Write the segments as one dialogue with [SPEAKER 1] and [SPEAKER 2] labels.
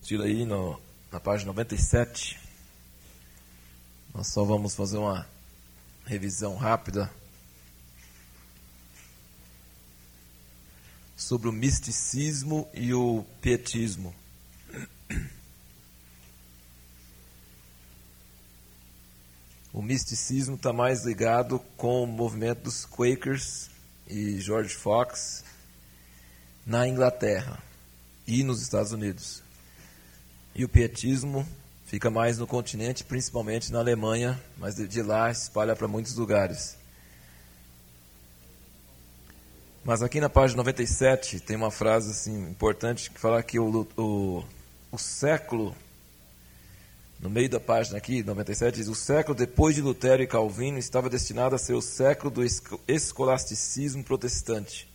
[SPEAKER 1] Tira aí na página 97. Nós só vamos fazer uma revisão rápida sobre o misticismo e o pietismo. O misticismo está mais ligado com o movimento dos Quakers e George Fox na Inglaterra e nos Estados Unidos. E o pietismo fica mais no continente, principalmente na Alemanha, mas de lá espalha para muitos lugares. Mas aqui na página 97 tem uma frase assim, importante que fala que o século, no meio da página aqui, 97, diz: o século depois de Lutero e Calvino estava destinado a ser o século do escolasticismo protestante.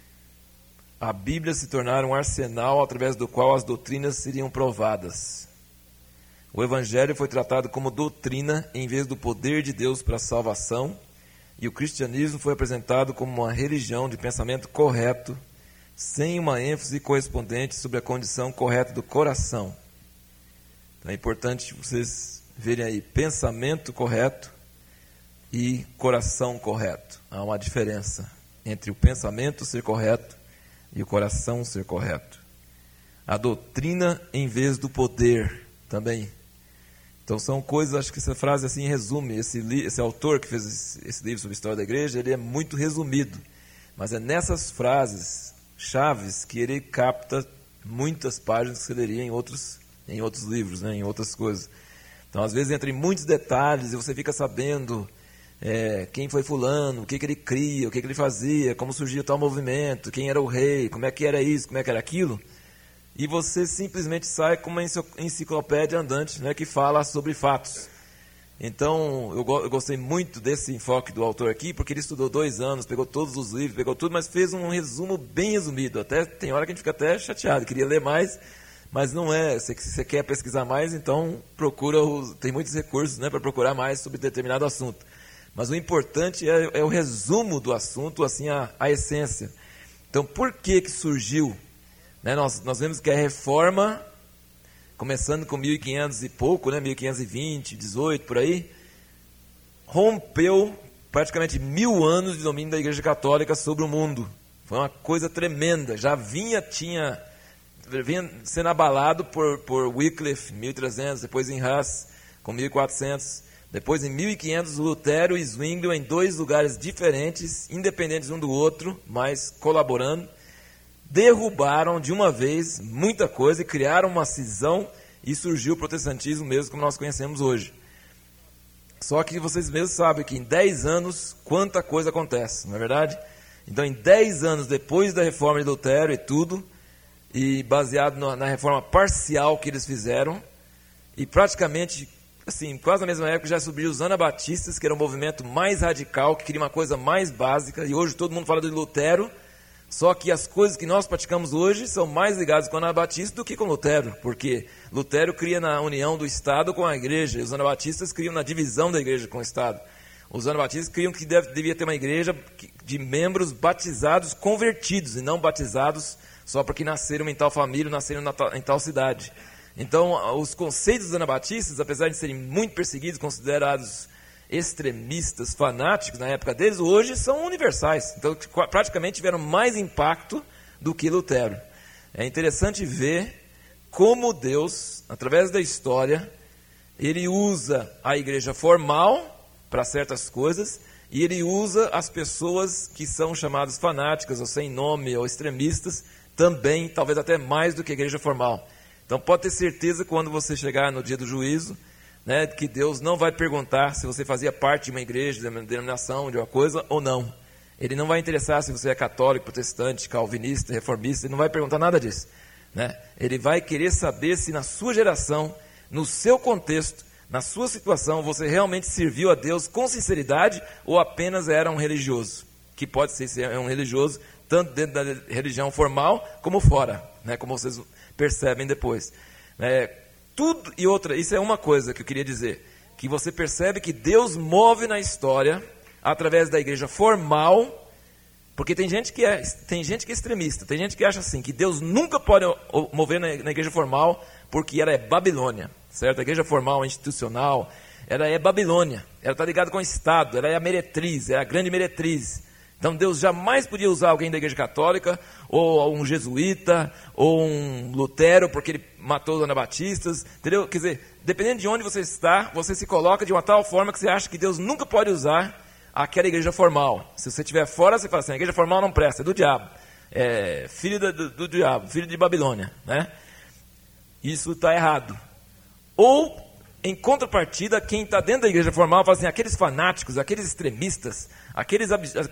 [SPEAKER 1] A Bíblia se tornara um arsenal através do qual as doutrinas seriam provadas. O Evangelho foi tratado como doutrina em vez do poder de Deus para a salvação, e o cristianismo foi apresentado como uma religião de pensamento correto, sem uma ênfase correspondente sobre a condição correta do coração. Então é importante vocês verem aí, pensamento correto e coração correto. Há uma diferença entre o pensamento ser correto e o coração ser correto. A doutrina em vez do poder também. Então são coisas, acho que essa frase assim resume, esse autor que fez esse livro sobre a história da igreja, ele é muito resumido, mas é nessas frases chaves que ele capta muitas páginas que você leria em outros livros, né, em outras coisas. Então às vezes entra em muitos detalhes e você fica sabendo quem foi fulano, o que ele cria, o que ele fazia, como surgiu tal movimento, quem era o rei, como é que era isso, como é que era aquilo. E você simplesmente sai com uma enciclopédia andante, né, que fala sobre fatos. Então, eu gostei muito desse enfoque do autor aqui, porque ele estudou 2 anos, pegou todos os livros, pegou tudo, mas fez um resumo bem resumido. Até tem hora que a gente fica até chateado, queria ler mais, mas não é. Se você quer pesquisar mais, então procura, tem muitos recursos, né, para procurar mais sobre determinado assunto. Mas o importante é o resumo do assunto, assim, a essência. Então, por que surgiu? Né, nós vemos que a reforma, começando com 1500 e pouco, né, 1520, 18, por aí, rompeu praticamente 1000 anos de domínio da Igreja Católica sobre o mundo. Foi uma coisa tremenda. Já vinha sendo abalado por Wycliffe, 1300, depois em Hus, com 1400, depois em 1500, Lutero e Zwinglio, em 2 lugares diferentes, independentes um do outro, mas colaborando, derrubaram de uma vez muita coisa e criaram uma cisão e surgiu o protestantismo mesmo como nós conhecemos hoje. Só que vocês mesmos sabem que em 10 anos quanta coisa acontece, não é verdade? Então em 10 anos depois da reforma de Lutero e tudo, e baseado na reforma parcial que eles fizeram, e praticamente, assim, quase na mesma época já subiu os anabatistas, que era um movimento mais radical, que queria uma coisa mais básica, e hoje todo mundo fala de Lutero. Só que as coisas que nós praticamos hoje são mais ligadas com o anabatista do que com Lutero, porque Lutero cria na união do Estado com a igreja, e os anabatistas criam na divisão da igreja com o Estado. Os anabatistas criam que devia ter uma igreja de membros batizados, convertidos, e não batizados só porque nasceram em tal família, nasceram em tal cidade. Então, os conceitos dos anabatistas, apesar de serem muito perseguidos, considerados extremistas, fanáticos na época deles, hoje são universais. Então, praticamente tiveram mais impacto do que Lutero. É interessante ver como Deus, através da história, ele usa a igreja formal para certas coisas e ele usa as pessoas que são chamadas fanáticas ou sem nome ou extremistas também, talvez até mais do que a igreja formal. Então pode ter certeza que quando você chegar no dia do juízo, né, que Deus não vai perguntar se você fazia parte de uma igreja, de uma denominação, de uma coisa ou não. Ele não vai interessar se você é católico, protestante, calvinista, reformista, ele não vai perguntar nada disso. Né? Ele vai querer saber se na sua geração, no seu contexto, na sua situação, você realmente serviu a Deus com sinceridade ou apenas era um religioso. Que pode ser um religioso, tanto dentro da religião formal como fora, né, como vocês percebem depois. Tudo e outra, isso é uma coisa que eu queria dizer, que você percebe que Deus move na história, através da igreja formal, Porque tem gente que é extremista, tem gente que acha assim, que Deus nunca pode mover na igreja formal, porque ela é Babilônia, certo? A igreja formal, institucional, ela é Babilônia, ela está ligada com o Estado, ela é a meretriz, é a grande meretriz. Então Deus jamais podia usar alguém da igreja católica, ou um jesuíta, ou um Lutero, porque ele matou os anabatistas, entendeu? Quer dizer, dependendo de onde você está, você se coloca de uma tal forma que você acha que Deus nunca pode usar aquela igreja formal. Se você estiver fora, você fala assim, a igreja formal não presta, é do diabo. É filho do diabo, filho de Babilônia, né? Isso está errado. Ou, em contrapartida, quem está dentro da igreja formal fala assim, aqueles fanáticos, aqueles extremistas, aqueles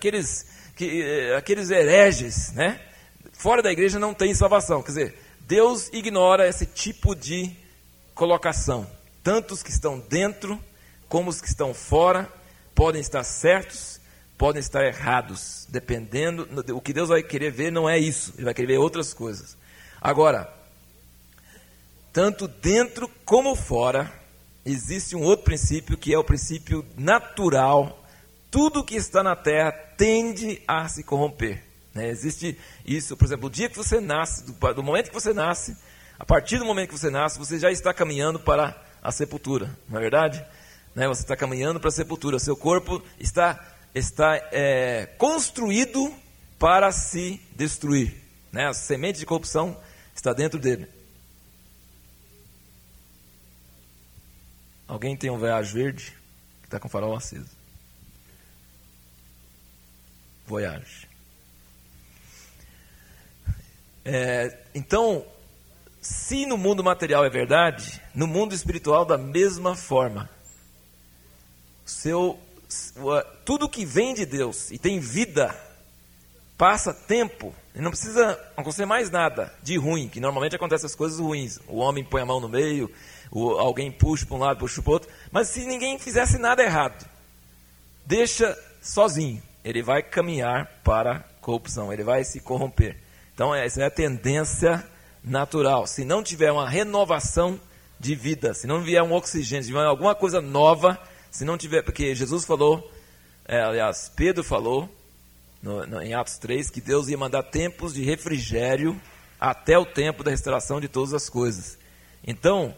[SPEAKER 1] hereges, né? Fora da igreja não tem salvação. Quer dizer, Deus ignora esse tipo de colocação. Tanto os que estão dentro, como os que estão fora, podem estar certos, podem estar errados, dependendo. O que Deus vai querer ver não é isso, Ele vai querer ver outras coisas. Agora, tanto dentro como fora, existe um outro princípio, que é o princípio natural. Tudo que está na terra tende a se corromper, né? Existe isso, por exemplo, o dia que você nasce, do momento que você nasce, a partir do momento que você nasce, você já está caminhando para a sepultura, não é verdade? Né? Você está caminhando para a sepultura, seu corpo está construído para se destruir, né? A semente de corrupção está dentro dele. Alguém tem um Voyage verde que está com o farol aceso? Voyage. Então, se no mundo material é verdade, no mundo espiritual da mesma forma. Tudo que vem de Deus e tem vida, passa tempo, e não precisa acontecer mais nada de ruim, que normalmente acontecem as coisas ruins. O homem põe a mão no meio, alguém puxa para um lado, puxa para o outro. Mas se ninguém fizesse nada errado, deixa sozinho, ele vai caminhar para a corrupção, ele vai se corromper. Então essa é a tendência natural. Se não tiver uma renovação de vida, se não vier um oxigênio, se vier alguma coisa nova, se não tiver, porque Jesus falou, aliás, Pedro falou, em Atos 3, que Deus ia mandar tempos de refrigério até o tempo da restauração de todas as coisas. Então,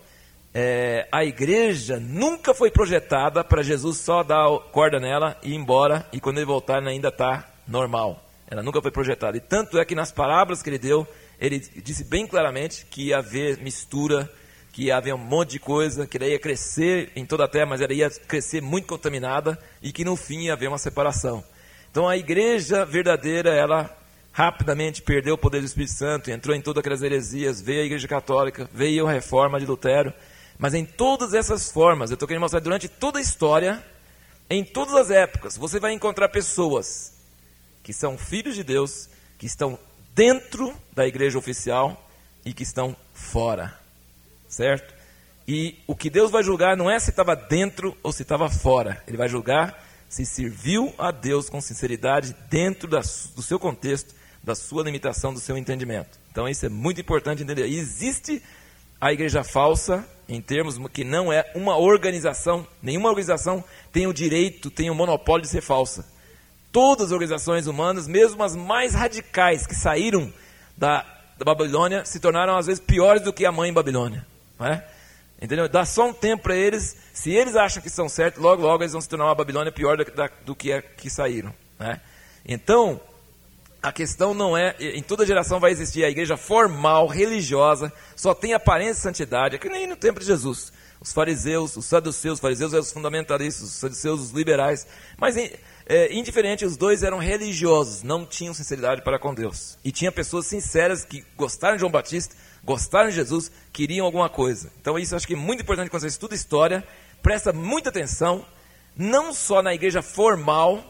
[SPEAKER 1] a igreja nunca foi projetada para Jesus só dar corda nela e ir embora, e quando ele voltar ela ainda está normal. Ela nunca foi projetada. E tanto é que nas parábolas que ele deu, ele disse bem claramente que ia haver mistura, que ia haver um monte de coisa, que ela ia crescer em toda a terra, mas ela ia crescer muito contaminada, e que no fim ia haver uma separação. Então a igreja verdadeira, ela rapidamente perdeu o poder do Espírito Santo, entrou em todas aquelas heresias, veio a igreja católica, veio a reforma de Lutero, mas em todas essas formas, eu estou querendo mostrar durante toda a história, em todas as épocas, você vai encontrar pessoas que são filhos de Deus, que estão dentro da igreja oficial e que estão fora, certo? E o que Deus vai julgar não é se estava dentro ou se estava fora, Ele vai julgar se serviu a Deus com sinceridade dentro do seu contexto, da sua limitação, do seu entendimento. Então isso é muito importante entender. E existe a igreja falsa, em termos que não é uma organização, nenhuma organização tem o direito, tem o monopólio de ser falsa. Todas as organizações humanas, mesmo as mais radicais que saíram da Babilônia, se tornaram às vezes piores do que a mãe Babilônia, não é? Entendeu? Dá só um tempo para eles, se eles acham que são certos, logo logo eles vão se tornar uma Babilônia pior do que saíram, né? Então, a questão não é, em toda geração vai existir a igreja formal, religiosa, só tem aparência de santidade, é que nem no tempo de Jesus. Os fariseus, os saduceus, os fariseus eram os fundamentalistas, os saduceus os liberais, mas indiferente, os dois eram religiosos, não tinham sinceridade para com Deus. E tinha pessoas sinceras que gostaram de João Batista, gostaram de Jesus, queriam alguma coisa. Então isso acho que é muito importante quando você estuda história, presta muita atenção, não só na igreja formal,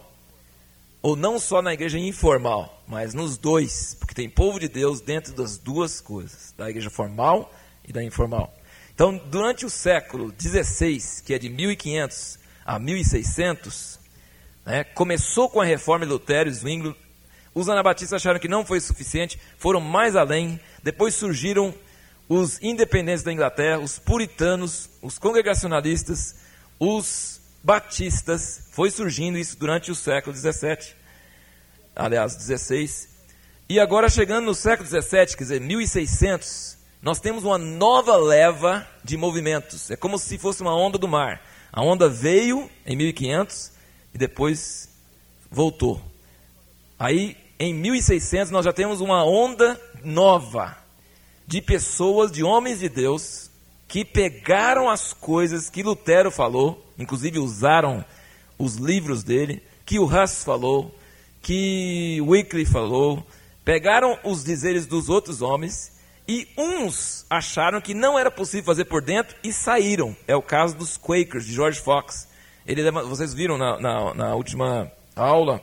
[SPEAKER 1] ou não só na igreja informal, mas nos dois, porque tem povo de Deus dentro das duas coisas, da igreja formal e da informal. Então, durante o século XVI, que é de 1500 a 1600, né, começou com a reforma de Lutero e Zwinglio. Os anabatistas acharam que não foi suficiente, foram mais além. Depois surgiram os independentes da Inglaterra, os puritanos, os congregacionalistas, os batistas. Foi surgindo isso durante o século XVII. aliás, 16. E agora, chegando no século 17, quer dizer, 1600, nós temos uma nova leva de movimentos. É como se fosse uma onda do mar. A onda veio em 1500 e depois voltou. Aí, em 1600, nós já temos uma onda nova de pessoas, de homens de Deus, que pegaram as coisas que Lutero falou, inclusive usaram os livros dele, que o Huss falou, que Wycliffe falou, pegaram os dizeres dos outros homens, e uns acharam que não era possível fazer por dentro e saíram. É o caso dos Quakers, de George Fox. Vocês viram na última aula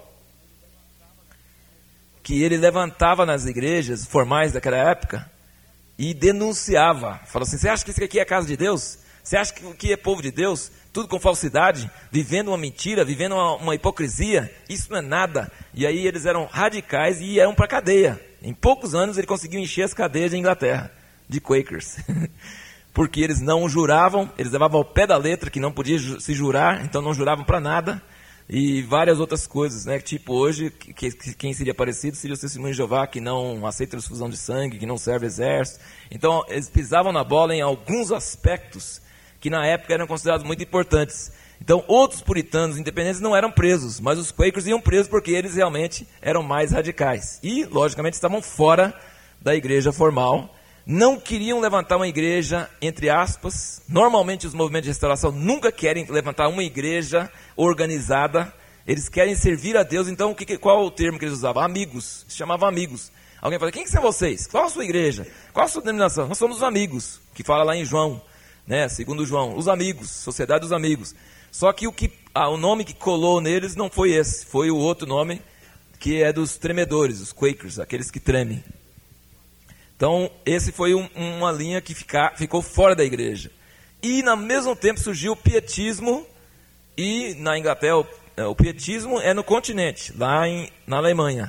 [SPEAKER 1] que ele levantava nas igrejas formais daquela época e denunciava. Falou assim, você acha que isso aqui é a casa de Deus? Você acha que o que é povo de Deus? Tudo com falsidade, vivendo uma mentira, vivendo uma hipocrisia. Isso não é nada. E aí eles eram radicais e iam para a cadeia. Em poucos anos ele conseguiu encher as cadeias de Inglaterra, de Quakers. Porque eles não juravam, eles levavam ao pé da letra, que não podia se jurar, então não juravam para nada. E várias outras coisas, né? Tipo hoje, quem seria parecido seria o testemunho de Jeová, que não aceita transfusão de sangue, que não serve exército. Então eles pisavam na bola em alguns aspectos que na época eram considerados muito importantes. Então outros puritanos independentes não eram presos, mas os Quakers iam presos porque eles realmente eram mais radicais. E, logicamente, estavam fora da igreja formal. Não queriam levantar uma igreja, entre aspas. Normalmente os movimentos de restauração nunca querem levantar uma igreja organizada. Eles querem servir a Deus. Então, qual é o termo que eles usavam? Amigos. Se chamavam amigos. Alguém fala, quem que são vocês? Qual a sua igreja? Qual a sua denominação? Nós somos os amigos, que fala lá em João, né? Segundo João, os amigos, sociedade dos amigos. Só que o nome que colou neles não foi esse, foi o outro nome, que é dos tremedores, os Quakers, aqueles que tremem. Então, esse foi uma linha que ficou fora da igreja. E, ao mesmo tempo, surgiu o pietismo, e na Inglaterra, o pietismo é no continente, lá na Alemanha.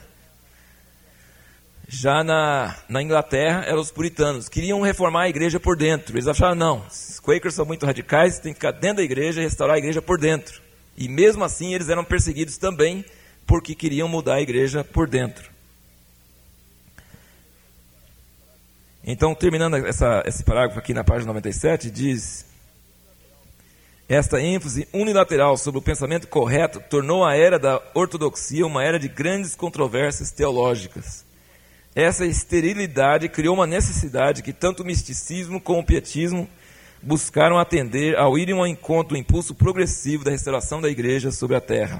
[SPEAKER 1] Já na Inglaterra, eram os puritanos, queriam reformar a igreja por dentro. Eles acharam, não, os Quakers são muito radicais, tem que ficar dentro da igreja e restaurar a igreja por dentro. E mesmo assim, eles eram perseguidos também, porque queriam mudar a igreja por dentro. Então, terminando esse parágrafo aqui na página 97, diz: esta ênfase unilateral sobre o pensamento correto tornou a era da ortodoxia uma era de grandes controvérsias teológicas. Essa esterilidade criou uma necessidade que tanto o misticismo como o pietismo buscaram atender ao irem ao encontro do impulso progressivo da restauração da igreja sobre a terra.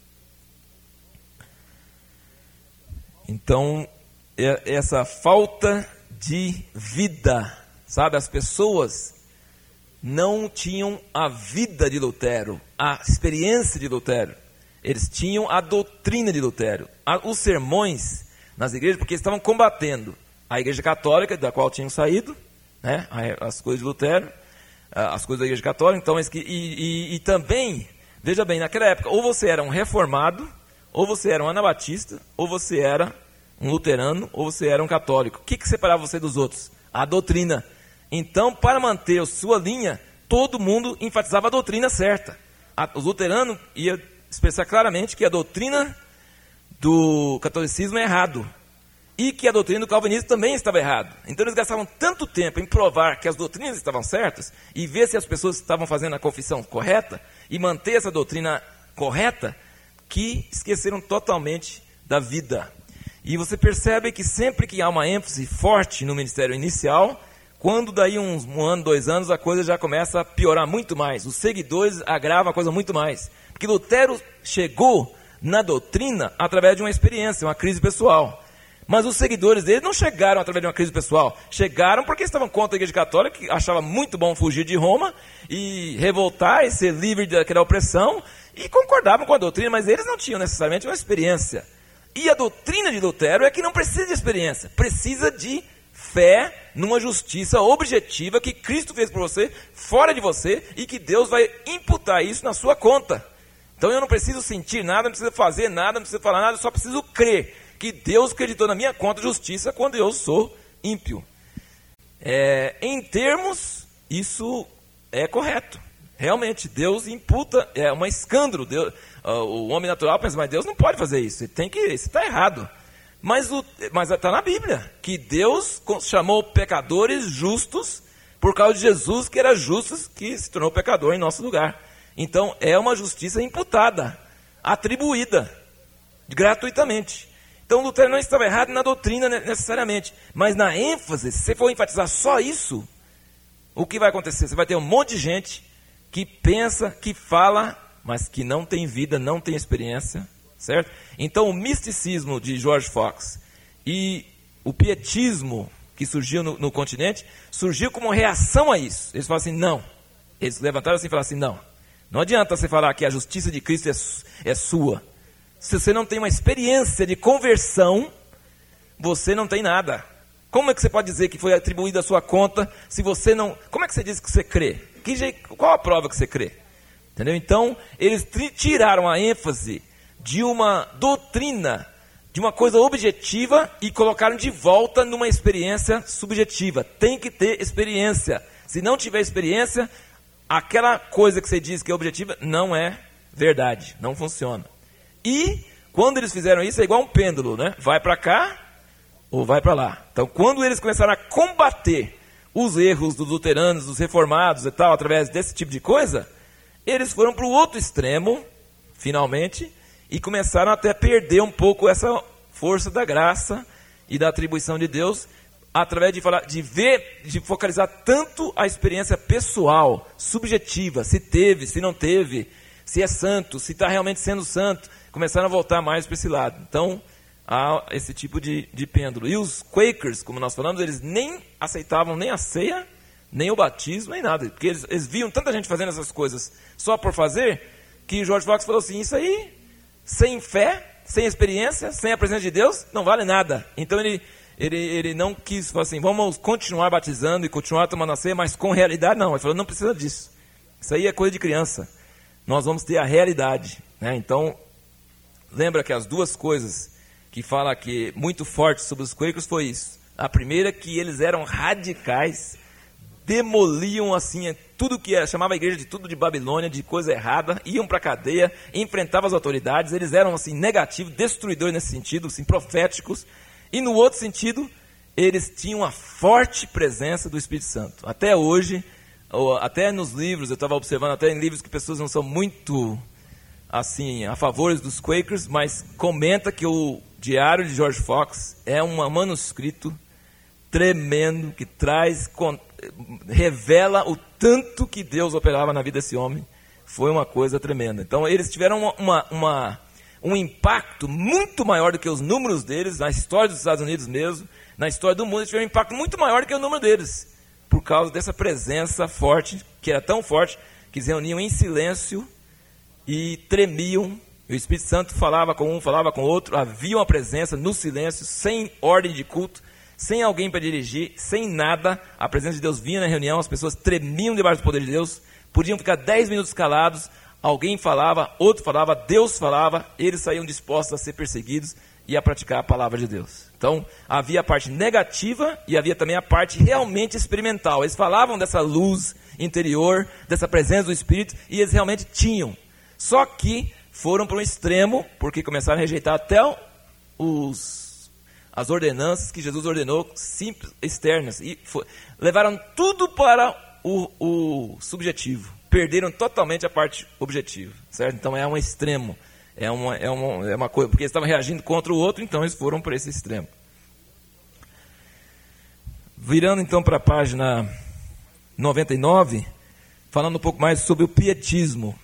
[SPEAKER 1] Então, essa falta de vida, sabe? As pessoas não tinham a vida de Lutero, a experiência de Lutero. Eles tinham a doutrina de Lutero, os sermões nas igrejas, porque estavam combatendo a igreja católica, da qual tinham saído, né? As coisas de Lutero, as coisas da igreja católica. Então, e também, veja bem, naquela época, ou você era um reformado, ou você era um anabatista, ou você era um luterano, ou você era um católico. O que separava você dos outros? A doutrina. Então, para manter a sua linha, todo mundo enfatizava a doutrina certa. Os luteranos iam expressar claramente que a doutrina do catolicismo é errado, e que a doutrina do calvinismo também estava errada. Então eles gastavam tanto tempo em provar que as doutrinas estavam certas, e ver se as pessoas estavam fazendo a confissão correta, e manter essa doutrina correta, que esqueceram totalmente da vida. E você percebe que sempre que há uma ênfase forte no ministério inicial, quando daí um ano, 2 anos, a coisa já começa a piorar muito mais. Os seguidores agravam a coisa muito mais. Porque Lutero chegou na doutrina através de uma experiência, uma crise pessoal. Mas os seguidores dele não chegaram através de uma crise pessoal. Chegaram porque estavam contra a igreja católica, que achava muito bom fugir de Roma e revoltar e ser livre daquela opressão, e concordavam com a doutrina, mas eles não tinham necessariamente uma experiência. E a doutrina de Lutero é que não precisa de experiência, precisa de fé numa justiça objetiva que Cristo fez por você, fora de você, e que Deus vai imputar isso na sua conta. Então eu não preciso sentir nada, não preciso fazer nada, não preciso falar nada, eu só preciso crer que Deus acreditou na minha conta de justiça quando eu sou ímpio. Em termos, isso é correto. Realmente, Deus imputa, é um escândalo. O homem natural pensa, mas Deus não pode fazer isso, isso está errado. Mas está na Bíblia, que Deus chamou pecadores justos por causa de Jesus, que era justo, que se tornou pecador em nosso lugar. Então, é uma justiça imputada, atribuída, gratuitamente. Então, Lutero não estava errado na doutrina necessariamente, mas na ênfase, se você for enfatizar só isso, o que vai acontecer? Você vai ter um monte de gente que pensa, que fala, mas que não tem vida, não tem experiência, certo? Então, o misticismo de George Fox e o pietismo que surgiu no continente, surgiu como reação a isso. Eles falaram assim, não. Eles levantaram assim e falaram assim, não adianta você falar que a justiça de Cristo é sua. Se você não tem uma experiência de conversão, você não tem nada. Como é que você pode dizer que foi atribuída a sua conta se você não... Como é que você diz que você crê? Qual a prova que você crê? Entendeu? Então, eles tiraram a ênfase de uma doutrina, de uma coisa objetiva e colocaram de volta numa experiência subjetiva. Tem que ter experiência. Se não tiver experiência, aquela coisa que você diz que é objetiva não é verdade, não funciona. E quando eles fizeram isso, é igual um pêndulo, né? Vai para cá ou vai para lá. Então, quando eles começaram a combater os erros dos luteranos, dos reformados e tal, através desse tipo de coisa, eles foram para o outro extremo, finalmente, e começaram até a perder um pouco essa força da graça e da atribuição de Deus, através de focalizar tanto a experiência pessoal, subjetiva, se teve, se não teve, se é santo, se está realmente sendo santo, começaram a voltar mais para esse lado. Então, há esse tipo de pêndulo. E os Quakers, como nós falamos, eles nem aceitavam nem a ceia, nem o batismo, nem nada. Porque eles viam tanta gente fazendo essas coisas só por fazer, que George Fox falou assim, isso aí, sem fé, sem experiência, sem a presença de Deus, não vale nada. Então ele não quis falar assim, vamos continuar batizando e continuar tomando a ceia, mas com realidade não. Ele falou, não precisa disso. Isso aí é coisa de criança. Nós vamos ter a realidade, né? Então, lembra que as duas coisas que fala aqui muito forte sobre os Quakers foi isso. A primeira, que eles eram radicais, demoliam assim tudo que era, chamava a igreja de tudo de Babilônia, de coisa errada, iam para a cadeia, enfrentavam as autoridades, eles eram assim negativos, destruidores nesse sentido, assim, proféticos, e no outro sentido, eles tinham uma forte presença do Espírito Santo. Até hoje, até nos livros, eu estava observando, até em livros que pessoas não são muito assim, a favor dos Quakers, mas comenta que o Diário de George Fox é um manuscrito tremendo, que revela o tanto que Deus operava na vida desse homem. Foi uma coisa tremenda. Então, eles tiveram um impacto muito maior do que os números deles, na história dos Estados Unidos mesmo, na história do mundo, eles tiveram um impacto muito maior do que o número deles, por causa dessa presença forte, que era tão forte, que eles reuniam em silêncio e tremiam. O Espírito Santo falava com um, falava com o outro, havia uma presença no silêncio, sem ordem de culto, sem alguém para dirigir, sem nada. A presença de Deus vinha na reunião, as pessoas tremiam debaixo do poder de Deus, podiam ficar 10 minutos calados, alguém falava, outro falava, Deus falava, eles saíam dispostos a ser perseguidos e a praticar a palavra de Deus. Então, havia a parte negativa e havia também a parte realmente experimental. Eles falavam dessa luz interior, dessa presença do Espírito, e eles realmente tinham. Só que foram para um extremo, porque começaram a rejeitar até as ordenanças que Jesus ordenou, simples, externas, e levaram tudo para o subjetivo. Perderam totalmente a parte objetiva, certo? Então é um extremo, é uma coisa, porque eles estavam reagindo contra o outro, então eles foram para esse extremo. Virando então para a página 99, falando um pouco mais sobre o pietismo.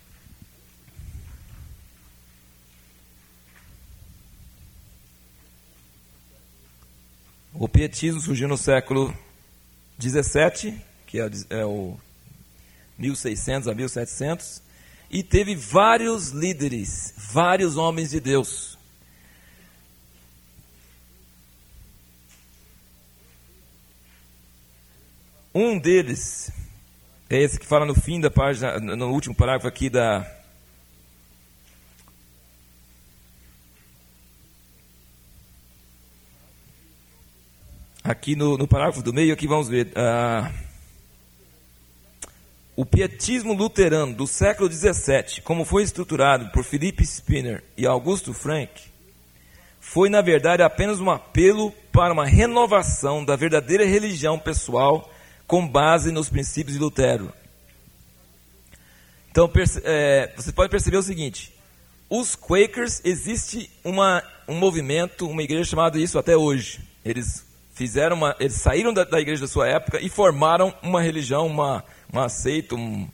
[SPEAKER 1] O pietismo surgiu no século XVII, que é o 1600 a 1700, e teve vários líderes, vários homens de Deus. Um deles é esse que fala no fim da página, no último parágrafo aqui aqui no parágrafo do meio, aqui vamos ver. o pietismo luterano do século XVII, como foi estruturado por Philipp Spinner e Augusto Frank, foi, na verdade, apenas um apelo para uma renovação da verdadeira religião pessoal com base nos princípios de Lutero. Então, você pode perceber o seguinte: os Quakers, existe um movimento, uma igreja chamada isso até hoje. Eles saíram da igreja da sua época e formaram uma religião, uma seita,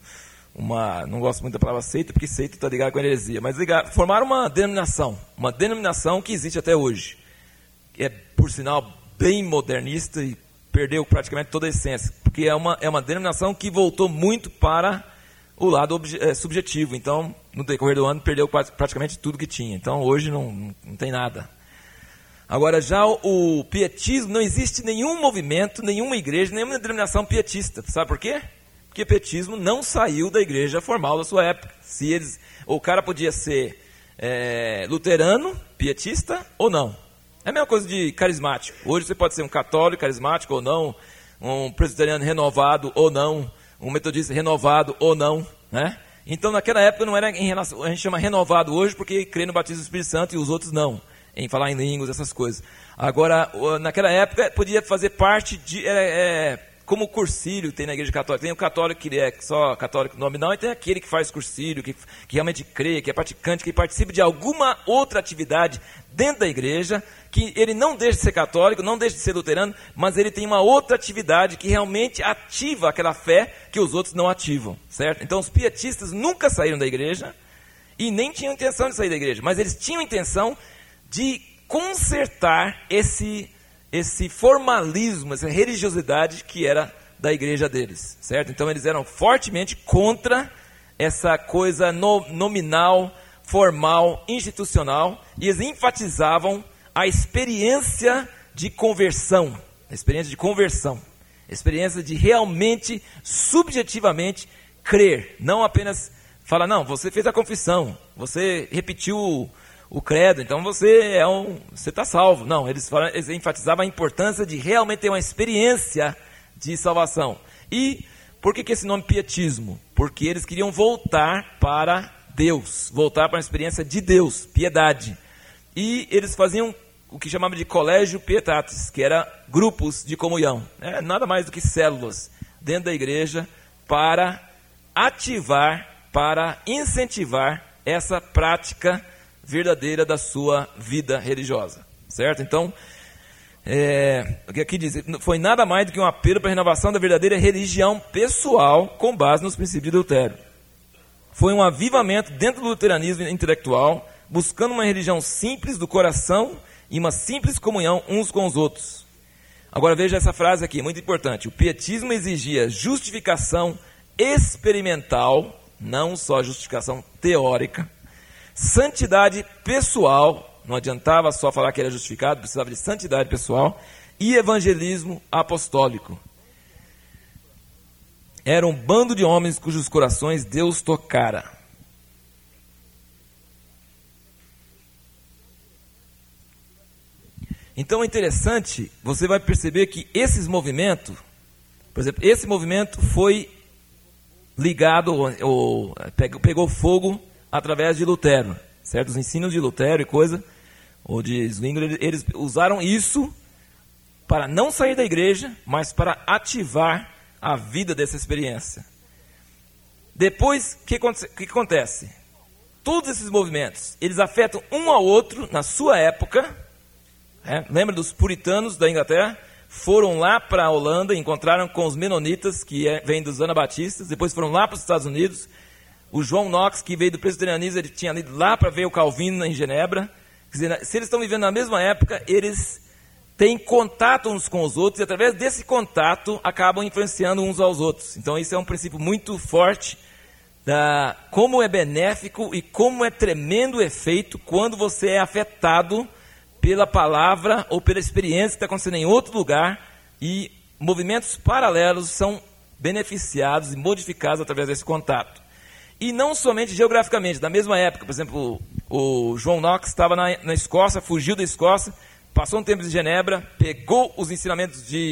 [SPEAKER 1] não gosto muito da palavra seita, porque seita está ligado com a heresia, mas formaram uma denominação que existe até hoje. É, por sinal, bem modernista e perdeu praticamente toda a essência, porque é uma denominação que voltou muito para o lado subjetivo. Então, no decorrer do ano, perdeu praticamente tudo que tinha. Então, hoje não tem nada. Agora, já o pietismo, não existe nenhum movimento, nenhuma igreja, nenhuma denominação pietista. Sabe por quê? Porque o pietismo não saiu da igreja formal da sua época. O cara podia ser luterano, pietista ou não. É a mesma coisa de carismático. Hoje você pode ser um católico carismático ou não, um presbiteriano renovado ou não, um metodista renovado ou não, né? Então, naquela época não era em relação, a gente chama renovado hoje porque crê no batismo do Espírito Santo e os outros não, em falar em línguas, essas coisas. Agora, naquela época podia fazer parte de como o cursílio tem na igreja católica. Tem o católico que é só católico nominal e tem aquele que faz cursílio, que realmente crê, que é praticante, que participa de alguma outra atividade dentro da igreja, que ele não deixa de ser católico, não deixa de ser luterano, mas ele tem uma outra atividade que realmente ativa aquela fé que os outros não ativam, certo? Então os pietistas nunca saíram da igreja e nem tinham intenção de sair da igreja, mas eles tinham intenção de consertar esse formalismo, essa religiosidade que era da igreja deles, certo? Então eles eram fortemente contra essa coisa nominal, formal, institucional, e eles enfatizavam a experiência de conversão, a experiência de realmente, subjetivamente, crer, não apenas falar, não, você fez a confissão, você repetiu o credo, então você está salvo. Não, eles enfatizavam a importância de realmente ter uma experiência de salvação. E por que esse nome pietismo? Porque eles queriam voltar para Deus, voltar para a experiência de Deus, piedade. E eles faziam o que chamavam de colégio pietatis, que era grupos de comunhão, nada mais do que células dentro da igreja para ativar, para incentivar essa prática verdadeira da sua vida religiosa, certo? Então, o que aqui diz, foi nada mais do que um apelo para a renovação da verdadeira religião pessoal com base nos princípios de Lutero. Foi um avivamento dentro do luteranismo intelectual, buscando uma religião simples do coração e uma simples comunhão uns com os outros. Agora veja essa frase aqui, muito importante. O pietismo exigia justificação experimental, não só justificação teórica, santidade pessoal, não adiantava só falar que era justificado, precisava de santidade pessoal, e evangelismo apostólico. Era um bando de homens cujos corações Deus tocara. Então é interessante, você vai perceber que esses movimentos, por exemplo, esse movimento foi ligado, ou pegou fogo através de Lutero, certo? Os ensinos de Lutero e coisa, ou de Zwingli, eles usaram isso para não sair da igreja, mas para ativar a vida dessa experiência. Depois, o que acontece? Todos esses movimentos, eles afetam um ao outro na sua época. Lembra dos puritanos da Inglaterra? Foram lá para a Holanda, encontraram com os menonitas, que vêm dos anabatistas, depois foram lá para os Estados Unidos. O João Knox, que veio do presbiterianismo, ele tinha ido lá para ver o Calvino em Genebra. Quer dizer, se eles estão vivendo na mesma época, eles têm contato uns com os outros, e através desse contato acabam influenciando uns aos outros. Então isso é um princípio muito forte, como é benéfico e como é tremendo o efeito quando você é afetado pela palavra ou pela experiência que está acontecendo em outro lugar, e movimentos paralelos são beneficiados e modificados através desse contato. E não somente geograficamente, na mesma época, por exemplo, o João Knox estava na Escócia, fugiu da Escócia, passou um tempo em Genebra, pegou os ensinamentos de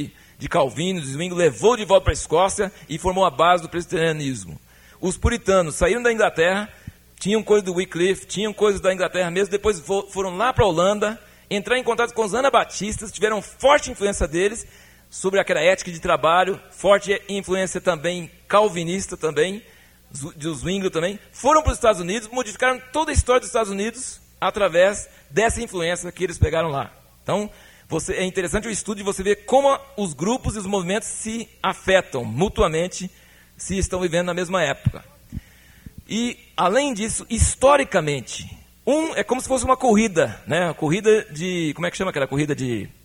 [SPEAKER 1] de Calvino, de Zwingli, levou de volta para a Escócia e formou a base do presbiterianismo. Os puritanos saíram da Inglaterra, tinham coisas do Wycliffe, tinham coisas da Inglaterra mesmo, depois foram lá para a Holanda, entraram em contato com os anabatistas, tiveram forte influência deles sobre aquela ética de trabalho, forte influência também calvinista também, de Zwingli também, foram para os Estados Unidos, modificaram toda a história dos Estados Unidos através dessa influência que eles pegaram lá. Então, é interessante o estudo de você ver como os grupos e os movimentos se afetam mutuamente se estão vivendo na mesma época. E, além disso, historicamente, é como se fosse uma corrida, né? Uma corrida de... Como é que chama aquela corrida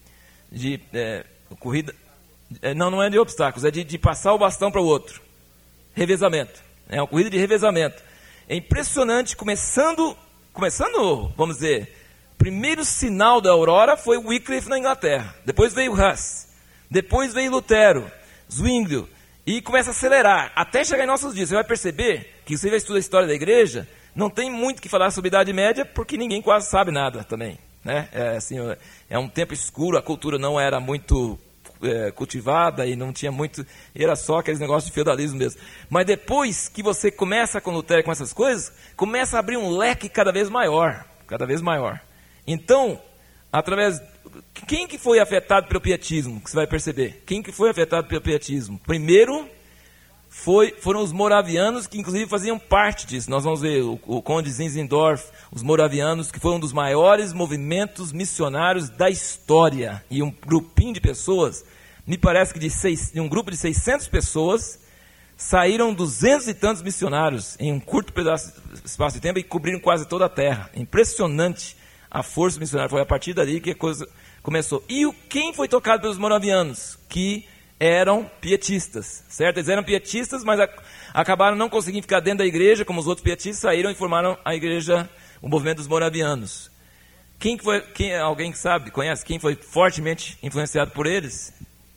[SPEAKER 1] não é de obstáculos, é de passar o bastão para o outro. Revezamento. É uma corrida de revezamento. É impressionante, começando, vamos dizer, o primeiro sinal da aurora foi o Wycliffe na Inglaterra. Depois veio Hus. Depois veio Lutero, Zwingli. E começa a acelerar, até chegar em nossos dias. Você vai perceber que você vai estudar a história da igreja, não tem muito o que falar sobre a Idade Média, porque ninguém quase sabe nada também. Né? É um tempo escuro, a cultura não era muito cultivada e não tinha muito... Era só aqueles negócios de feudalismo mesmo. Mas depois que você começa com Lutero com essas coisas, começa a abrir um leque cada vez maior. Cada vez maior. Então, quem que foi afetado pelo pietismo, que você vai perceber? Quem que foi afetado pelo pietismo? Primeiro, foram os moravianos, que inclusive faziam parte disso. Nós vamos ver o Conde Zinzendorf, os moravianos, que foram um dos maiores movimentos missionários da história. E um grupinho de pessoas, me parece que de um grupo de 600 pessoas, saíram 200 e tantos missionários em um curto espaço de tempo e cobriram quase toda a terra. Impressionante a força missionária. Foi a partir dali que a coisa começou. E quem foi tocado pelos moravianos? Que eram pietistas, certo? Eles eram pietistas, mas acabaram não conseguindo ficar dentro da igreja, como os outros pietistas, saíram e formaram a igreja, o movimento dos moravianos. Alguém que sabe, conhece, quem foi fortemente influenciado por eles?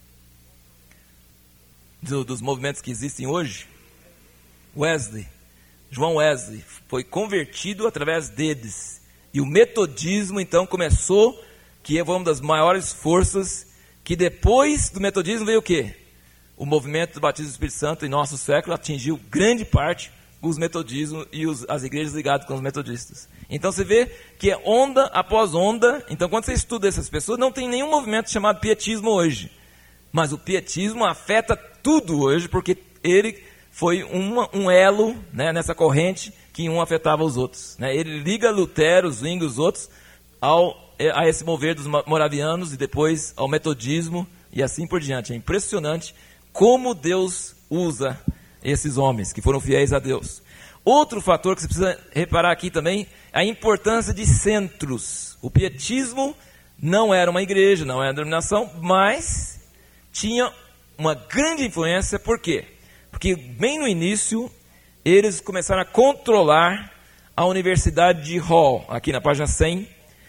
[SPEAKER 1] Dos movimentos que existem hoje? Wesley. João Wesley foi convertido através deles. E o metodismo, então, começou, que é uma das maiores forças, que depois do metodismo veio o quê? O movimento do batismo do Espírito Santo, em nosso século, atingiu grande parte os metodismos e as igrejas ligadas com os metodistas. Então, você vê que é onda após onda. Então, quando você estuda essas pessoas, não tem nenhum movimento chamado pietismo hoje. Mas o pietismo afeta tudo hoje, porque ele foi um elo, né, nessa corrente que um afetava os outros. Né? Ele liga Lutero, Zwingli, os outros, a esse mover dos moravianos e depois ao metodismo e assim por diante. É impressionante como Deus usa esses homens que foram fiéis a Deus. Outro fator que você precisa reparar aqui também é a importância de centros. O pietismo não era uma igreja, não era uma denominação, mas tinha uma grande influência. Por quê? Porque bem no início eles começaram a controlar a Universidade de Hall. Aqui na página 100,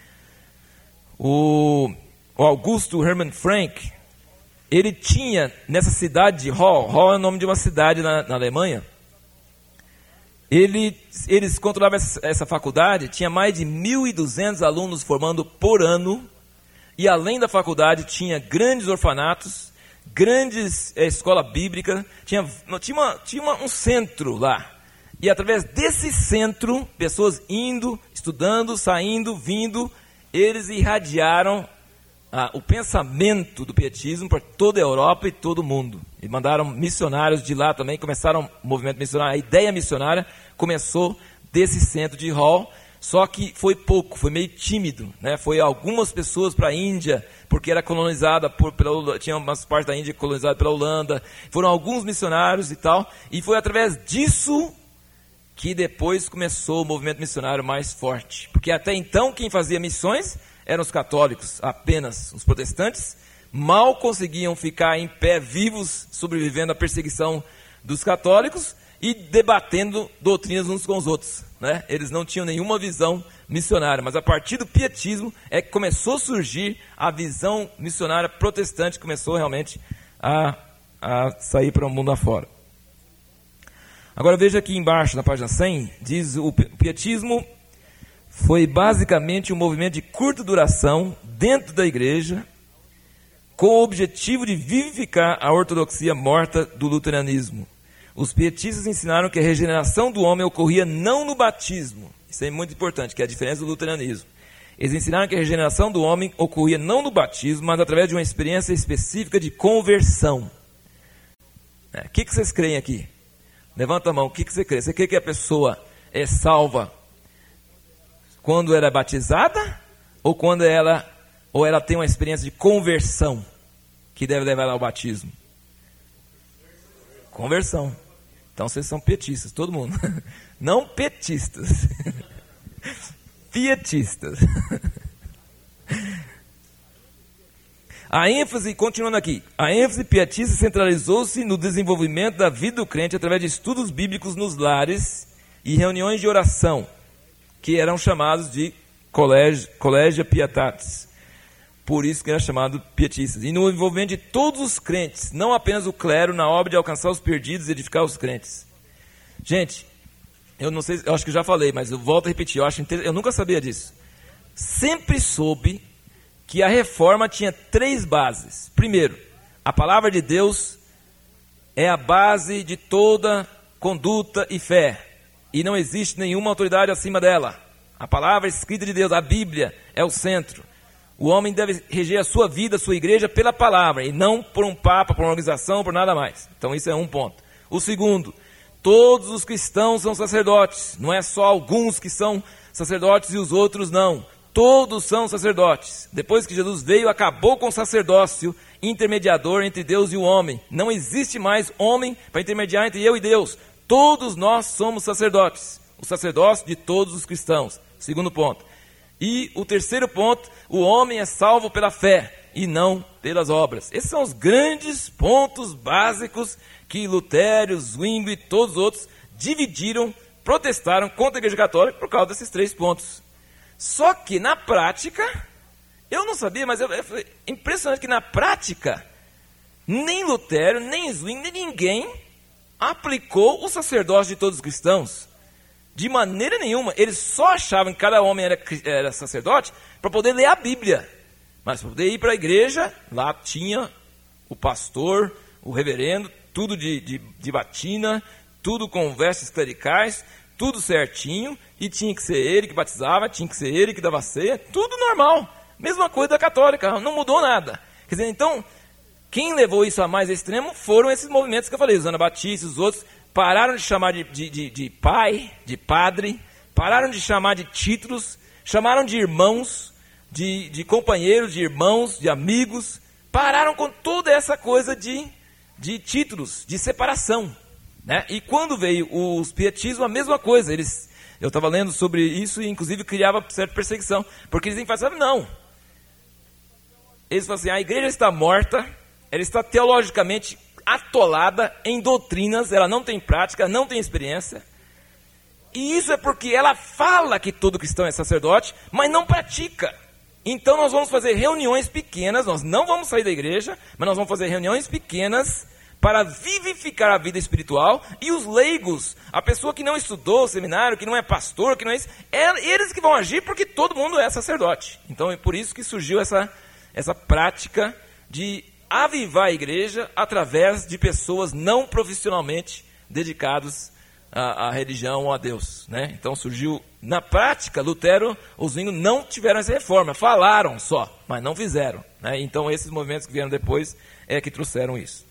[SPEAKER 1] o Augusto Hermann Frank, ele tinha nessa cidade de Hall é o nome de uma cidade na Alemanha, eles controlavam essa faculdade, tinha mais de 1.200 alunos formando por ano, e além da faculdade tinha grandes orfanatos, grandes escola bíblica, tinha um centro lá. E através desse centro, pessoas indo, estudando, saindo, vindo, eles irradiaram o pensamento do pietismo para toda a Europa e todo o mundo. E mandaram missionários de lá também, começaram o movimento missionário. A ideia missionária começou desse centro de Hall, só que foi pouco, foi meio tímido, né? Foi algumas pessoas para a Índia, porque era colonizada tinha umas partes da Índia colonizada pela Holanda, foram alguns missionários e tal, e foi através disso que depois começou o movimento missionário mais forte. Porque até então quem fazia missões eram os católicos, apenas os protestantes, mal conseguiam ficar em pé, vivos, sobrevivendo à perseguição dos católicos e debatendo doutrinas uns com os outros. Né? Eles não tinham nenhuma visão missionária, mas a partir do pietismo é que começou a surgir a visão missionária protestante, começou realmente a sair para o mundo afora. Agora veja aqui embaixo, na página 100, diz o pietismo foi basicamente um movimento de curta duração dentro da igreja, com o objetivo de vivificar a ortodoxia morta do luteranismo. Os pietistas ensinaram que a regeneração do homem ocorria não no batismo. Isso é muito importante, que é a diferença do luteranismo. Eles ensinaram que a regeneração do homem ocorria não no batismo, mas através de uma experiência específica de conversão. O que vocês creem aqui? Levanta a mão, o que você crê? Você crê que a pessoa é salva quando ela é batizada? Ou quando ela tem uma experiência de conversão que deve levar ela ao batismo? Conversão. Então vocês são pietistas, todo mundo. Não petistas. Pietistas. A ênfase, continuando aqui, a ênfase pietista centralizou-se no desenvolvimento da vida do crente através de estudos bíblicos nos lares e reuniões de oração, que eram chamados de Collegia Pietatis. Por isso que era chamado pietistas. E no envolvimento de todos os crentes, não apenas o clero, na obra de alcançar os perdidos e edificar os crentes. Gente, eu não sei, eu acho que já falei, mas eu volto a repetir, eu nunca sabia disso. Sempre soube que a reforma tinha 3 bases. Primeiro, a palavra de Deus é a base de toda conduta e fé. E não existe nenhuma autoridade acima dela. A palavra escrita de Deus, a Bíblia, é o centro. O homem deve reger a sua vida, a sua igreja, pela palavra, e não por um papa, por uma organização, por nada mais. Então isso é um ponto. O segundo, todos os cristãos são sacerdotes. Não é só alguns que são sacerdotes e os outros não. Todos são sacerdotes. Depois que Jesus veio, acabou com o sacerdócio intermediador entre Deus e o homem. Não existe mais homem para intermediar entre eu e Deus. Todos nós somos sacerdotes. O sacerdócio de todos os cristãos. Segundo ponto. E o terceiro ponto, o homem é salvo pela fé e não pelas obras. Esses são os grandes pontos básicos que Lutero, Zwingli e todos os outros dividiram, protestaram contra a Igreja Católica por causa desses 3 pontos. Só que na prática, eu não sabia, mas é impressionante que na prática, nem Lutero, nem Zwingli, nem ninguém aplicou o sacerdócio de todos os cristãos. De maneira nenhuma. Eles só achavam que cada homem era sacerdote para poder ler a Bíblia. Mas para poder ir para a igreja, lá tinha o pastor, o reverendo, tudo de batina, tudo com vestes clericais, tudo certinho, e tinha que ser ele que batizava, tinha que ser ele que dava ceia, tudo normal. Mesma coisa da católica, não mudou nada. Quer dizer, então, quem levou isso a mais extremo foram esses movimentos que eu falei, os anabatistas, os outros. Pararam de chamar de pai, de padre, pararam de chamar de títulos, chamaram de irmãos, de companheiros, de irmãos, de amigos, pararam com toda essa coisa de títulos, de separação. Né? E quando veio os pietismos, a mesma coisa, eu estava lendo sobre isso e inclusive criava certa perseguição, porque eles enfatizavam, não. Eles falam assim, a igreja está morta, ela está teologicamente atolada em doutrinas, ela não tem prática, não tem experiência. E isso é porque ela fala que todo cristão é sacerdote, mas não pratica. Então nós vamos fazer reuniões pequenas, nós não vamos sair da igreja, mas nós vamos fazer reuniões pequenas para vivificar a vida espiritual, e os leigos, a pessoa que não estudou o seminário, que não é pastor, que não é isso, eles que vão agir porque todo mundo é sacerdote. Então é por isso que surgiu essa prática de avivar a igreja através de pessoas não profissionalmente dedicadas à religião ou a Deus. Né? Então surgiu, na prática, Lutero, os Zwingli não tiveram essa reforma, falaram só, mas não fizeram. Né? Então esses movimentos que vieram depois é que trouxeram isso.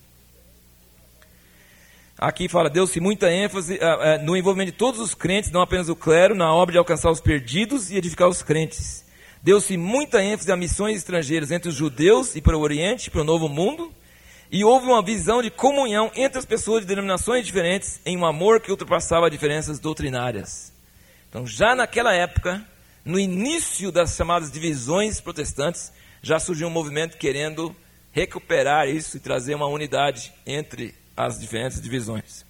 [SPEAKER 1] Aqui fala, deu-se muita ênfase no envolvimento de todos os crentes, não apenas o clero, na obra de alcançar os perdidos e edificar os crentes. Deu-se muita ênfase a missões estrangeiras entre os judeus e para o Oriente, para o Novo Mundo, e houve uma visão de comunhão entre as pessoas de denominações diferentes em um amor que ultrapassava diferenças doutrinárias. Então, já naquela época, no início das chamadas divisões protestantes, já surgiu um movimento querendo recuperar isso e trazer uma unidade entre as diferentes divisões.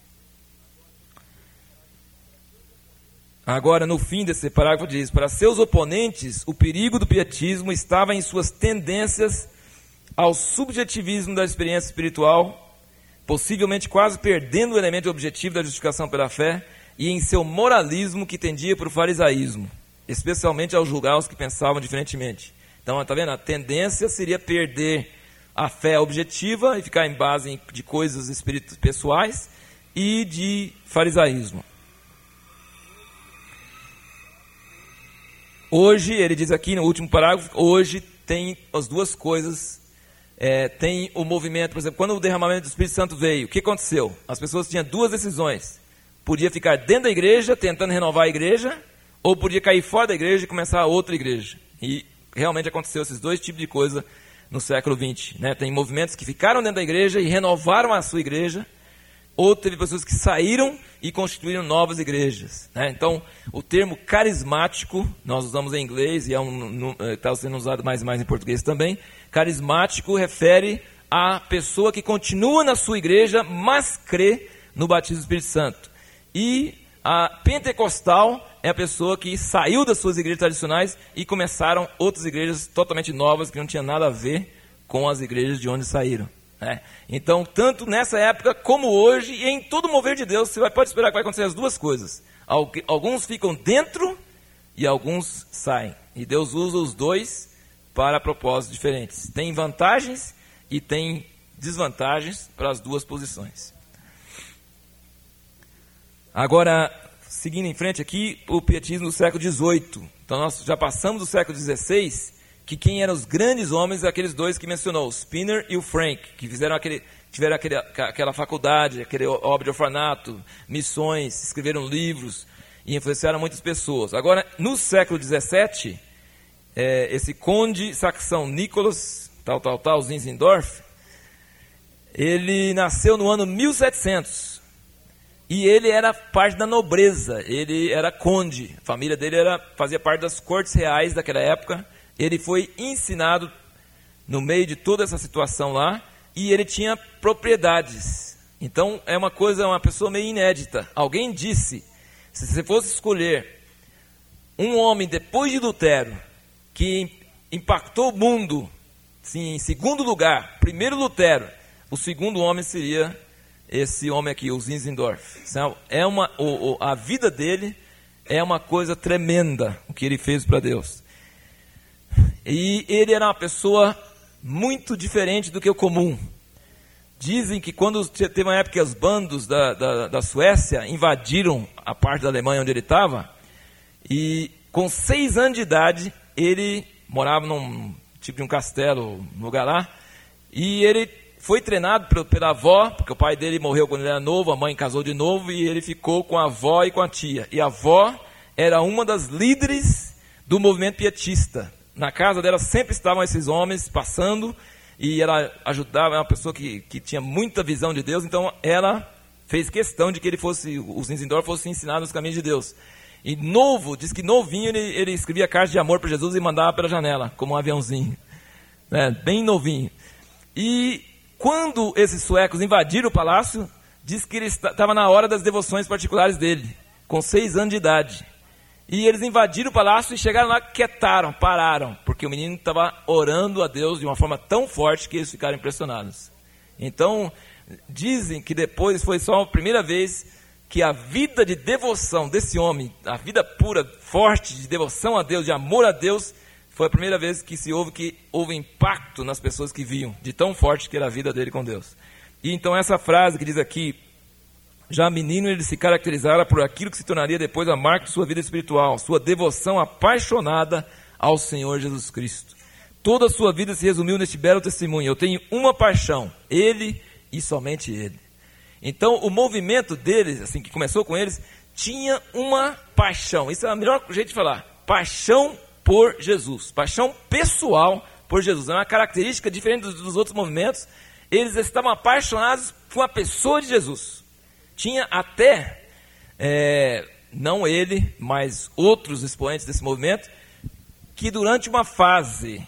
[SPEAKER 1] Agora, no fim desse parágrafo diz, para seus oponentes, o perigo do pietismo estava em suas tendências ao subjetivismo da experiência espiritual, possivelmente quase perdendo o elemento objetivo da justificação pela fé, e em seu moralismo que tendia para o farisaísmo, especialmente ao julgar os que pensavam diferentemente. Então, está vendo? A tendência seria perder a fé objetiva e ficar em base de coisas espíritos pessoais e de farisaísmo. Hoje, ele diz aqui no último parágrafo, hoje tem as duas coisas. Tem o movimento, por exemplo, quando o derramamento do Espírito Santo veio, o que aconteceu? As pessoas tinham duas decisões. Podia ficar dentro da igreja, tentando renovar a igreja, ou podia cair fora da igreja e começar outra igreja. E realmente aconteceu esses dois tipos de coisa no século XX. Né? Tem movimentos que ficaram dentro da igreja e renovaram a sua igreja, ou teve pessoas que saíram e constituíram novas igrejas. Né? Então, o termo carismático, nós usamos em inglês e está sendo usado mais e mais em português também. Carismático refere à pessoa que continua na sua igreja, mas crê no batismo do Espírito Santo. E a pentecostal é a pessoa que saiu das suas igrejas tradicionais e começaram outras igrejas totalmente novas que não tinham nada a ver com as igrejas de onde saíram. Né? Então, tanto nessa época como hoje, e em todo o mover de Deus, você pode esperar que vai acontecer as duas coisas. Alguns ficam dentro e alguns saem. E Deus usa os dois para propósitos diferentes. Tem vantagens e tem desvantagens para as duas posições. Agora, seguindo em frente aqui, o pietismo do século XVIII. Então, nós já passamos do século XVI, que quem eram os grandes homens, aqueles dois que mencionou, o Spinner e o Frank, que tiveram aquela faculdade, aquele obra de orfanato, missões, escreveram livros e influenciaram muitas pessoas. Agora, no século XVII, esse conde saxão Nicholas, Zinzendorf, ele nasceu no ano 1700. E ele era parte da nobreza, ele era conde, a família dele fazia parte das cortes reais daquela época. Ele foi ensinado no meio de toda essa situação lá, e ele tinha propriedades. Então é uma pessoa meio inédita. Alguém disse, se você fosse escolher um homem depois de Lutero, que impactou o mundo, sim, em segundo lugar, primeiro Lutero, o segundo homem seria esse homem aqui, o Zinzendorf. A vida dele é uma coisa tremenda, o que ele fez para Deus. E ele era uma pessoa muito diferente do que o comum. Dizem que quando teve uma época que os bandos da Suécia invadiram a parte da Alemanha onde ele estava, e com 6 anos de idade, ele morava num tipo de um castelo, num lugar lá, e ele foi treinado pela avó, porque o pai dele morreu quando ele era novo, a mãe casou de novo, e ele ficou com a avó e com a tia. E a avó era uma das líderes do movimento pietista. Na casa dela sempre estavam esses homens passando, e ela ajudava, era uma pessoa que tinha muita visão de Deus, então ela fez questão de que o Zinzendorf fosse ensinado nos caminhos de Deus. E diz que novinho ele escrevia cartas de amor para Jesus e mandava pela janela, como um aviãozinho. Bem novinho. E quando esses suecos invadiram o palácio, diz que ele estava na hora das devoções particulares dele, com 6 anos de idade. E eles invadiram o palácio e chegaram lá, quietaram, pararam, porque o menino estava orando a Deus de uma forma tão forte que eles ficaram impressionados. Então, dizem que depois foi só a primeira vez que a vida de devoção desse homem, a vida pura, forte, de devoção a Deus, de amor a Deus, foi a primeira vez que houve impacto nas pessoas que viam, de tão forte que era a vida dele com Deus. E então essa frase que diz aqui, já menino ele se caracterizara por aquilo que se tornaria depois a marca de sua vida espiritual, sua devoção apaixonada ao Senhor Jesus Cristo. Toda a sua vida se resumiu neste belo testemunho, eu tenho uma paixão, Ele e somente Ele. Então o movimento deles, assim que começou com eles, tinha uma paixão, isso é o melhor jeito de falar, paixão por Jesus, paixão pessoal por Jesus. É uma característica diferente dos outros movimentos. Eles estavam apaixonados com a pessoa de Jesus. Tinha até, não ele, mas outros expoentes desse movimento, que durante uma fase,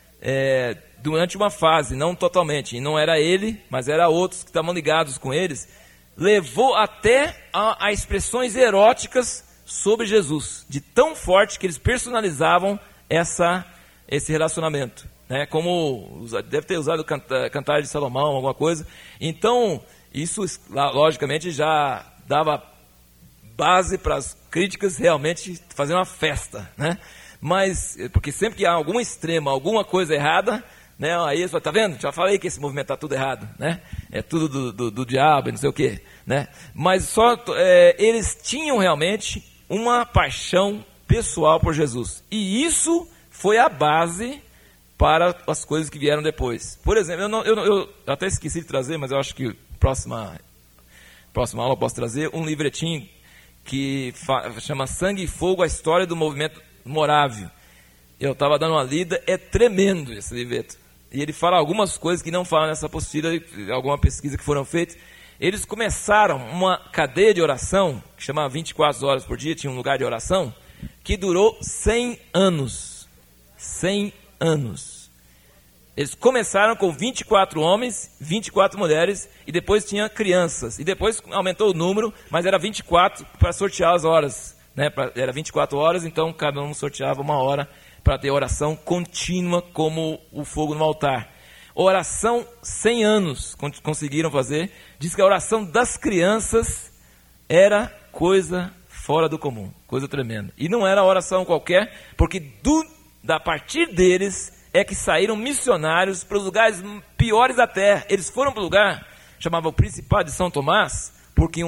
[SPEAKER 1] não totalmente, e não era ele, mas era outros que estavam ligados com eles, levou até a expressões eróticas sobre Jesus, de tão forte que eles personalizavam esse relacionamento, né? Como deve ter usado Cantares de Salomão, alguma coisa. Então isso logicamente já dava base para as críticas realmente fazer uma festa, né? Mas porque sempre que há algum extremo, alguma coisa errada, né? Aí eles falam, tá vendo? Já falei que esse movimento está tudo errado, né? É tudo do diabo e não sei o quê, né? Mas eles tinham realmente uma paixão pessoal por Jesus. E isso foi a base para as coisas que vieram depois. Por exemplo, eu até esqueci de trazer, mas eu acho que próxima aula eu posso trazer um livretinho que chama Sangue e Fogo, a história do movimento morávio. Eu estava dando uma lida, é tremendo esse livreto. E ele fala algumas coisas que não falam nessa apostila, alguma pesquisa que foram feitas. Eles começaram uma cadeia de oração, que chamava 24 horas por dia, tinha um lugar de oração, que durou 100 anos. 100 anos. Eles começaram com 24 homens, 24 mulheres, e depois tinha crianças. E depois aumentou o número, mas era 24 para sortear as horas, né? Era 24 horas, então cada um sorteava uma hora para ter oração contínua como o fogo no altar. Oração 100 anos conseguiram fazer. Diz que a oração das crianças era coisa fora do comum, coisa tremenda. E não era oração qualquer, porque a partir deles é que saíram missionários para os lugares piores da terra. Eles foram para o lugar, chamava o Principado de São Tomás, porque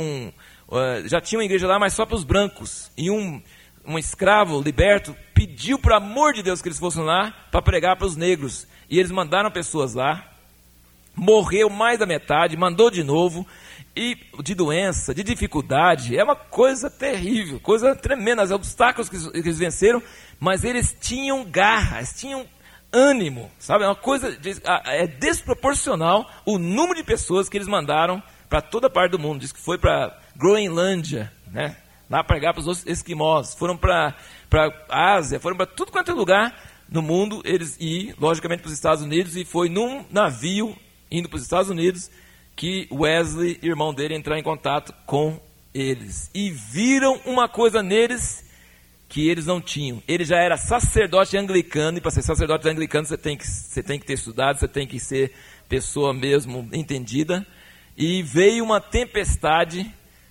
[SPEAKER 1] já tinha uma igreja lá, mas só para os brancos. E um escravo liberto pediu, por amor de Deus, que eles fossem lá para pregar para os negros. E eles mandaram pessoas lá, morreu mais da metade, mandou de novo, e de doença, de dificuldade, é uma coisa terrível, coisa tremenda, os obstáculos que eles venceram, mas eles tinham garra, eles tinham ânimo, sabe? É uma coisa, é desproporcional o número de pessoas que eles mandaram para toda parte do mundo. Diz que foi para Groenlândia, né? Lá pregar para os esquimós, foram para a Ásia, foram para tudo quanto é lugar no mundo, e logicamente para os Estados Unidos, e foi num navio indo para os Estados Unidos que Wesley, irmão dele, entrou em contato com eles. E viram uma coisa neles que eles não tinham. Ele já era sacerdote anglicano, e para ser sacerdote anglicano você tem que ter estudado, você tem que ser pessoa mesmo entendida. E veio uma tempestade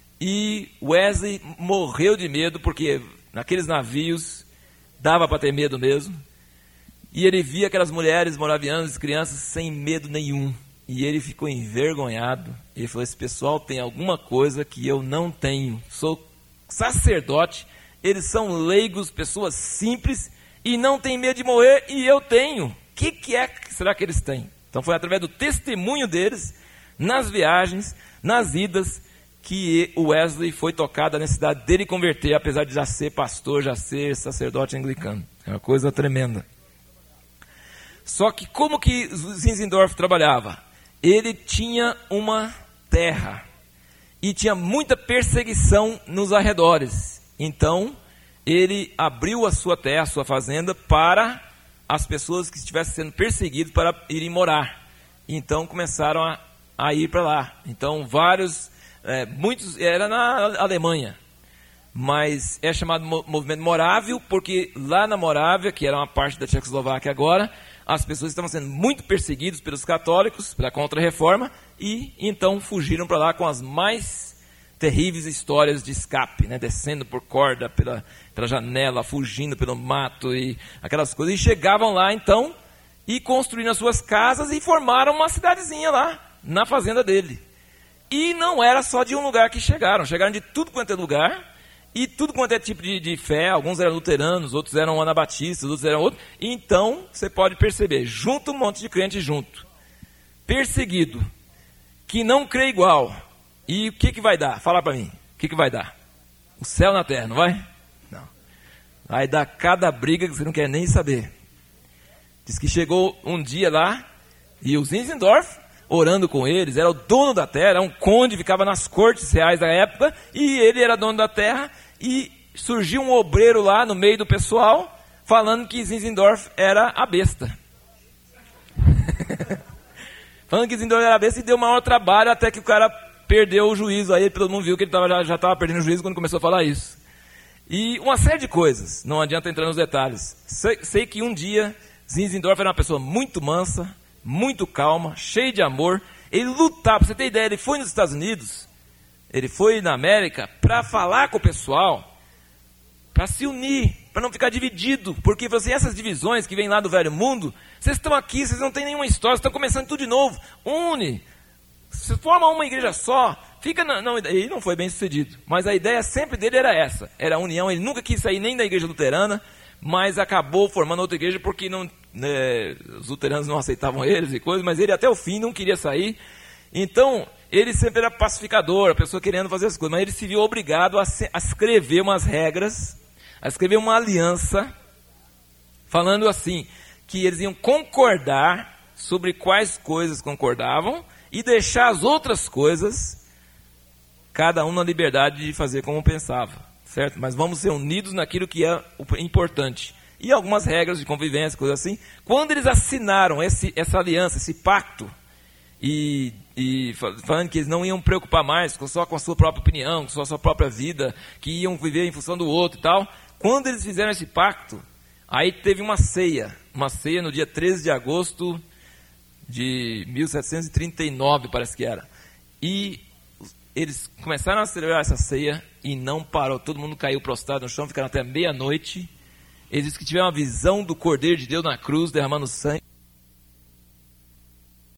[SPEAKER 1] e Wesley morreu de medo, porque naqueles navios dava para ter medo mesmo. E ele via aquelas mulheres moravianas, crianças, sem medo nenhum. E ele ficou envergonhado. Ele falou, esse pessoal tem alguma coisa que eu não tenho. Sou sacerdote, eles são leigos, pessoas simples, e não têm medo de morrer, e eu tenho. O que será que eles têm? Então foi através do testemunho deles, nas viagens, nas idas, que o Wesley foi tocado a necessidade dele converter, apesar de já ser pastor, já ser sacerdote anglicano. É uma coisa tremenda. Só que como que Zinzendorf trabalhava? Ele tinha uma terra e tinha muita perseguição nos arredores. Então, ele abriu a sua terra, a sua fazenda, para as pessoas que estivessem sendo perseguidas para irem morar. Então, começaram a ir para lá. Então, muitos, era na Alemanha, mas é chamado movimento morávio, porque lá na Morávia, que era uma parte da Tchecoslováquia agora, as pessoas estavam sendo muito perseguidas pelos católicos, pela Contra-Reforma, e então fugiram para lá com as mais terríveis histórias de escape, né? Descendo por corda pela janela, fugindo pelo mato e aquelas coisas. E chegavam lá então e construíram as suas casas e formaram uma cidadezinha lá, na fazenda dele. E não era só de um lugar que chegaram de tudo quanto é lugar. E tudo quanto é tipo de fé, alguns eram luteranos, outros eram anabatistas, outros eram outros. Então, você pode perceber, junto um monte de crente junto. Perseguido, que não crê igual. E o que vai dar? Fala para mim, o que vai dar? O céu na terra, não vai? Não. Vai dar cada briga que você não quer nem saber. Diz que chegou um dia lá, e o Zinzendorf, orando com eles, era o dono da terra, era um conde, ficava nas cortes reais da época, e ele era dono da terra, e surgiu um obreiro lá no meio do pessoal, falando que Zinzendorf era a besta. Falando que Zinzendorf era a besta, e deu maior trabalho, até que o cara perdeu o juízo, aí todo mundo viu que ele já estava perdendo o juízo quando começou a falar isso. E uma série de coisas, não adianta entrar nos detalhes. Sei que um dia, Zinzendorf era uma pessoa muito mansa, muito calma, cheio de amor. Ele lutava, para você ter ideia, ele foi nos Estados Unidos, ele foi na América para falar com o pessoal, para se unir, para não ficar dividido, porque assim, essas divisões que vêm lá do velho mundo, vocês estão aqui, vocês não têm nenhuma história, vocês estão começando tudo de novo, une, se forma uma igreja só, fica, não, ele não foi bem sucedido, mas a ideia sempre dele era essa, era a união, ele nunca quis sair nem da igreja luterana, mas acabou formando outra igreja porque não, os luteranos não aceitavam eles e coisas, mas ele até o fim não queria sair, então ele sempre era pacificador, a pessoa querendo fazer as coisas, mas ele se viu obrigado a escrever umas regras, a escrever uma aliança, falando assim, que eles iam concordar sobre quais coisas concordavam e deixar as outras coisas, cada um na liberdade de fazer como pensava, certo? Mas vamos ser unidos naquilo que é importante. E algumas regras de convivência, coisas assim. Quando eles assinaram essa aliança, esse pacto, e falando que eles não iam preocupar mais só com a sua própria opinião, com a sua própria vida, que iam viver em função do outro e tal. Quando eles fizeram esse pacto, aí teve uma ceia no dia 13 de agosto de 1739, parece que era. E eles começaram a celebrar essa ceia e não parou. Todo mundo caiu prostrado no chão, ficaram até meia-noite. Eles dizem que tiveram uma visão do Cordeiro de Deus na cruz, derramando sangue.